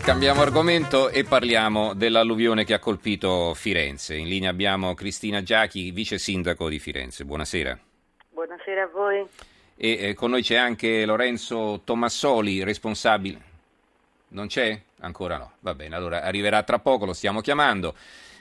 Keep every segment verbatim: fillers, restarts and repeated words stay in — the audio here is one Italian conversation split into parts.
Cambiamo argomento e parliamo dell'alluvione che ha colpito Firenze. In linea abbiamo Cristina Giachi, vice sindaco di Firenze. Buonasera. Buonasera a voi. E eh, con noi c'è anche Lorenzo Tomassoli, responsabile. Non c'è? Ancora no. Va bene, allora arriverà tra poco, lo stiamo chiamando.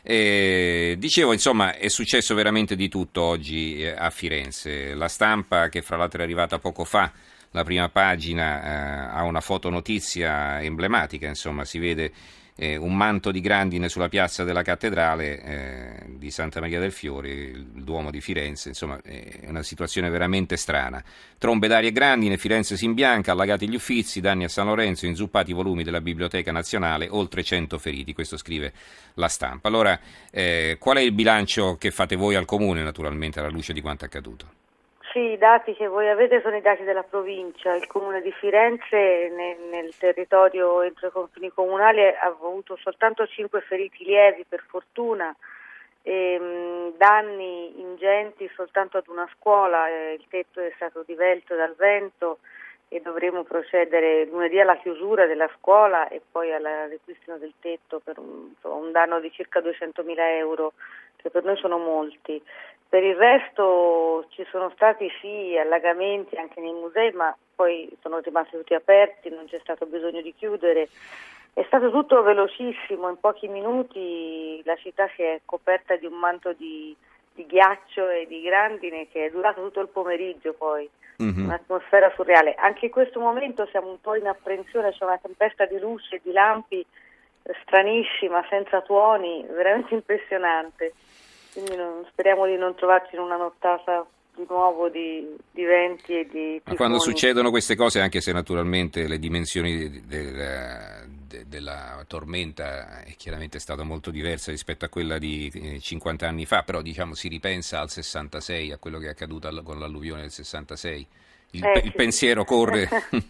Eh, dicevo, insomma, è successo veramente di tutto oggi eh, a Firenze. La Stampa, che fra l'altro è arrivata poco fa, la prima pagina eh, ha una fotonotizia emblematica, insomma, si vede eh, un manto di grandine sulla piazza della cattedrale eh, di Santa Maria del Fiore, il Duomo di Firenze, insomma è una situazione veramente strana. Trombe d'aria e grandine, Firenze si imbianca, allagati gli Uffizi, danni a San Lorenzo, inzuppati i volumi della Biblioteca Nazionale, oltre cento feriti, questo scrive la Stampa. Allora, eh, qual è il bilancio che fate voi al Comune, naturalmente, alla luce di quanto accaduto? Sì, i dati che voi avete sono i dati della provincia. Il Comune di Firenze nel, nel territorio entro i confini comunali ha avuto soltanto cinque feriti lievi, per fortuna, e, mh, danni ingenti soltanto ad una scuola. Eh, il tetto è stato divelto dal vento e dovremo procedere lunedì alla chiusura della scuola e poi al ripristino del tetto per un, un danno di circa duecentomila euro, che per noi sono molti. Per il resto ci sono stati sì allagamenti anche nei musei, ma poi sono rimasti tutti aperti, non c'è stato bisogno di chiudere. È stato tutto velocissimo, in pochi minuti la città si è coperta di un manto di, di ghiaccio e di grandine che è durato tutto il pomeriggio poi, mm-hmm. Un'atmosfera surreale. Anche in questo momento siamo un po' in apprensione, c'è una tempesta di luce e di lampi stranissima, senza tuoni, veramente impressionante. Quindi non, speriamo di non trovarci in una nottata di nuovo di, di venti e di tifoni. Ma quando succedono queste cose, anche se naturalmente le dimensioni del, de, della tormenta è chiaramente stata molto diversa rispetto a quella di eh, cinquanta anni fa, però diciamo si ripensa al sessantasei, a quello che è accaduto all- con l'alluvione del sessantasei. Il, eh, il sì, pensiero sì. corre...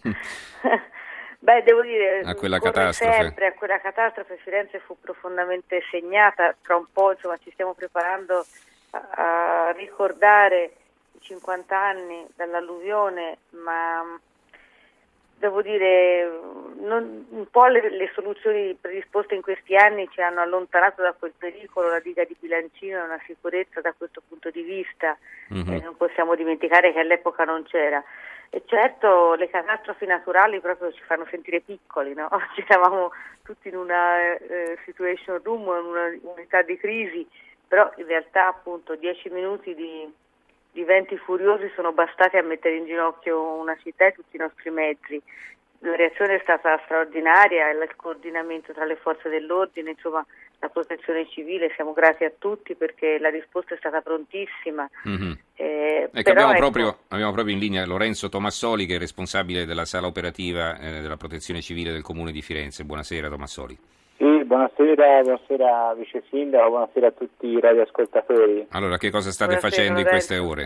Beh, devo dire, a quella corre catastrofe. sempre a quella catastrofe. Firenze fu profondamente segnata. Tra un po', insomma, ci stiamo preparando a, a ricordare i cinquanta anni dall'alluvione, ma devo dire, non, un po' le, le soluzioni predisposte in questi anni ci hanno allontanato da quel pericolo. La diga di Bilancino è una sicurezza da questo punto di vista, mm-hmm. e non possiamo dimenticare che all'epoca non c'era. E certo le catastrofi naturali proprio ci fanno sentire piccoli, no? Oggi eravamo tutti in una eh, situation room, in una unità di crisi, però in realtà appunto dieci minuti di, di venti furiosi sono bastati a mettere in ginocchio una città e tutti i nostri mezzi. La reazione è stata straordinaria, il coordinamento tra le forze dell'ordine, insomma la protezione civile, siamo grati a tutti perché la risposta è stata prontissima. Mm-hmm. Eh, ecco, però, abbiamo, ecco, proprio, abbiamo proprio in linea Lorenzo Tomassoli, che è responsabile della sala operativa eh, della protezione civile del Comune di Firenze. Buonasera Tomassoli. Sì, buonasera, buonasera vice sindaco, buonasera a tutti i radioascoltatori. Allora, che cosa state buonasera, facendo in Lorenzo. queste ore?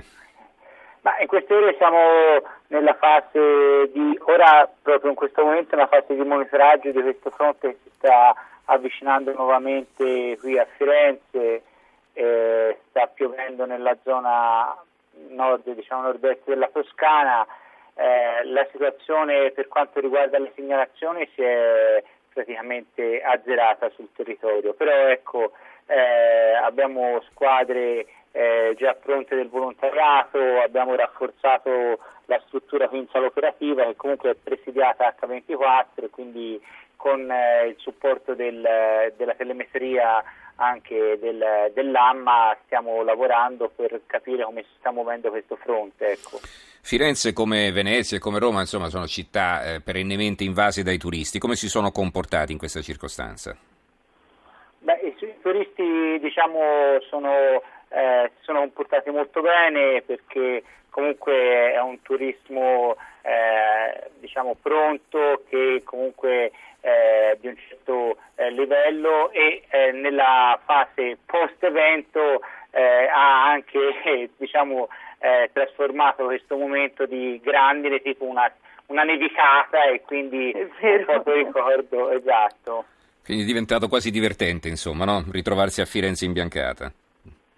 Ma in queste ore siamo nella fase di, ora proprio in questo momento, una fase di monitoraggio di questo fronte che si sta avvicinando nuovamente qui a Firenze, eh, sta piovendo nella zona nord, diciamo nord-est della Toscana. Eh, la situazione per quanto riguarda le segnalazioni si è praticamente azzerata sul territorio, però ecco eh, abbiamo squadre eh, già pronte del volontariato, abbiamo rafforzato la struttura quindi sala operativa che comunque è presidiata acca ventiquattro, quindi con eh, il supporto del, della telemetria anche del, dell'AMMA stiamo lavorando per capire come si sta muovendo questo fronte. Ecco. Firenze, come Venezia e come Roma, insomma, sono città eh, perennemente invase dai turisti. Come si sono comportati in questa circostanza? Beh, i, i turisti diciamo sono eh, si sono comportati molto bene perché comunque è un turismo eh, diciamo pronto, che comunque eh, di un certo eh, livello e eh, nella fase post evento eh, ha anche eh, diciamo eh, trasformato questo momento di grandine tipo una, una nevicata, e quindi un po' ricordo esatto. Quindi è diventato quasi divertente, insomma, no? Ritrovarsi a Firenze imbiancata.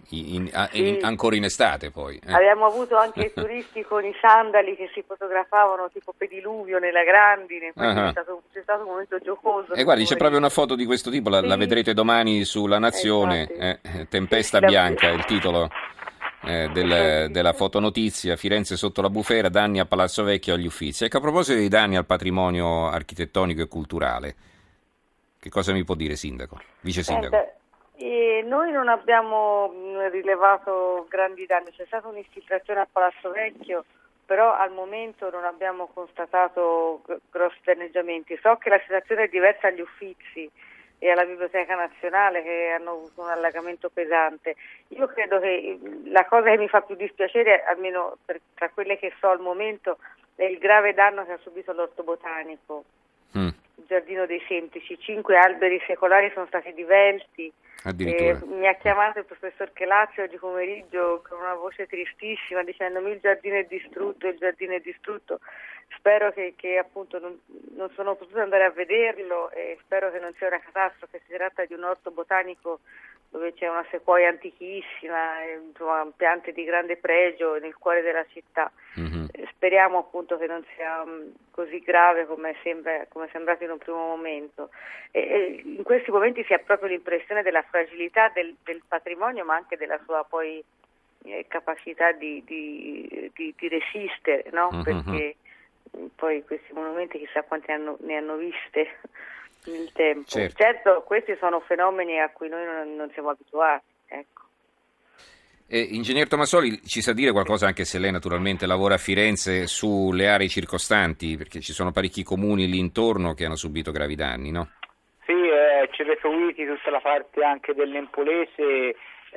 in, in, sì. in, ancora in estate poi. Eh. Abbiamo avuto anche i turisti con i sandali che si fotografavano tipo pediluvio nella grandine, quindi uh-huh. c'è, stato, c'è stato un momento giocoso. E guardi, c'è proprio una foto di questo tipo, la, sì. la vedrete domani sulla Nazione, eh, Tempesta sì, bianca, il titolo eh, del, della fotonotizia, Firenze sotto la bufera, danni a Palazzo Vecchio e agli Uffizi. Ecco, a proposito di danni al patrimonio architettonico e culturale, che cosa mi può dire, Sindaco, Vice Sindaco? Senta, E noi non abbiamo rilevato grandi danni, c'è stata un'infiltrazione a Palazzo Vecchio, però al momento non abbiamo constatato grossi danneggiamenti. So che la situazione è diversa agli Uffizi e alla Biblioteca Nazionale, che hanno avuto un allagamento pesante. Io credo che la cosa che mi fa più dispiacere, almeno per, tra quelle che so al momento, è il grave danno che ha subito l'Orto Botanico. Mm. Il Giardino dei Semplici, cinque alberi secolari sono stati divelti. Eh, mi ha chiamato il professor Chelazzi oggi pomeriggio con una voce tristissima dicendomi il giardino è distrutto, il giardino è distrutto. Spero che, che appunto non, non sono potuta andare a vederlo e spero che non sia una catastrofe. Si tratta di un orto botanico dove c'è una sequoia antichissima, insomma, piante di grande pregio nel cuore della città. Mm-hmm. Speriamo appunto che non sia um, così grave come sembra, come è sembrato in un primo momento. E, e in questi momenti si ha proprio l'impressione della fragilità del, del patrimonio, ma anche della sua poi eh, capacità di, di, di, di resistere, no? Mm-hmm. Perché poi questi monumenti chissà quanti hanno, ne hanno viste nel tempo. Certo. Certo, questi sono fenomeni a cui noi non, non siamo abituati, ecco. Eh, Ingegner Tomassoli, ci sa dire qualcosa, anche se lei naturalmente lavora a Firenze, sulle aree circostanti, perché ci sono parecchi comuni lì intorno che hanno subito gravi danni, no? Sì, eh, Cerreto-Guiti, tutta la parte anche dell'Empolese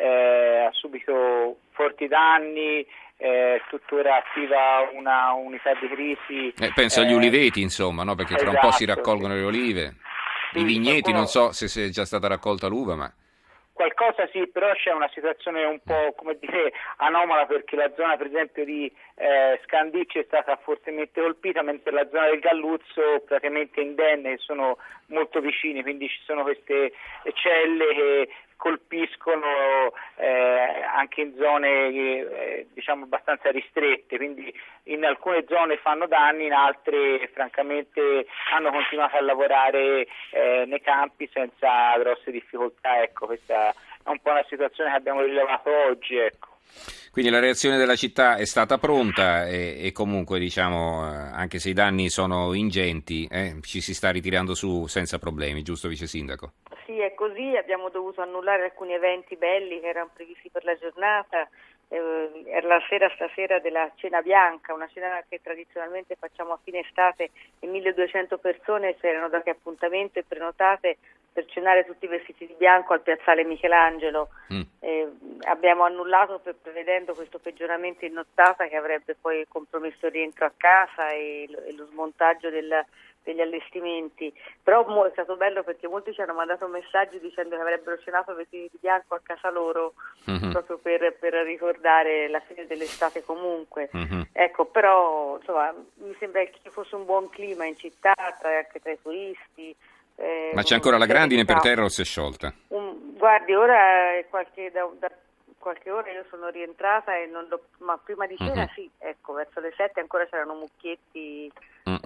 eh, ha subito forti danni, eh, tuttora attiva una unità di crisi. Eh, penso eh, agli uliveti, insomma, no? Perché tra esatto, un po' si raccolgono sì. le olive. Sì, I vigneti, qualcuno... non so se, se è già stata raccolta l'uva, ma... Qualcosa sì, però c'è una situazione un po', come dire, anomala, perché la zona per esempio di eh, Scandicci è stata fortemente colpita, mentre la zona del Galluzzo praticamente indenne, che sono molto vicini, quindi ci sono queste celle che colpiscono eh, anche in zone eh, diciamo abbastanza ristrette, quindi in alcune zone fanno danni, in altre francamente hanno continuato a lavorare eh, nei campi senza grosse difficoltà. Ecco, questa è un po' una situazione che abbiamo rilevato oggi, ecco. Quindi la reazione della città è stata pronta e, e comunque diciamo anche se i danni sono ingenti eh, ci si sta ritirando su senza problemi, giusto Vice Sindaco? Sì, è così, abbiamo dovuto annullare alcuni eventi belli che erano previsti per la giornata. Eh, era la sera stasera della cena bianca, una cena che tradizionalmente facciamo a fine estate, e milleduecento persone si erano date appuntamento e prenotate per cenare tutti vestiti di bianco al piazzale Michelangelo. Mm. Eh, abbiamo annullato per, prevedendo questo peggioramento in nottata che avrebbe poi compromesso il rientro a casa e lo, e lo smontaggio del, degli allestimenti, però mo, è stato bello perché molti ci hanno mandato messaggi dicendo che avrebbero cenato vestiti di bianco a casa loro, mm-hmm. proprio per, per ricordare la fine dell'estate comunque. Mm-hmm. Ecco, però insomma mi sembra che ci fosse un buon clima in città, tra, anche tra i turisti. Eh, Ma c'è ancora la grandine per terra o si è sciolta? Un, guardi, ora è qualche, da, da qualche ora io sono rientrata e non do, ma prima di cena uh-huh. sì, ecco, verso le sette ancora c'erano mucchietti uh-huh.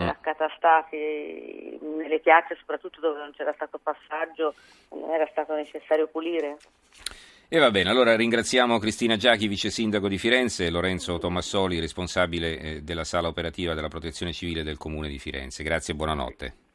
accatastati nelle piazze, soprattutto dove non c'era stato passaggio, non era stato necessario pulire. E va bene, allora ringraziamo Cristina Giachi, vice sindaco di Firenze, e Lorenzo Tomassoli, responsabile della sala operativa della Protezione Civile del Comune di Firenze. Grazie e buonanotte.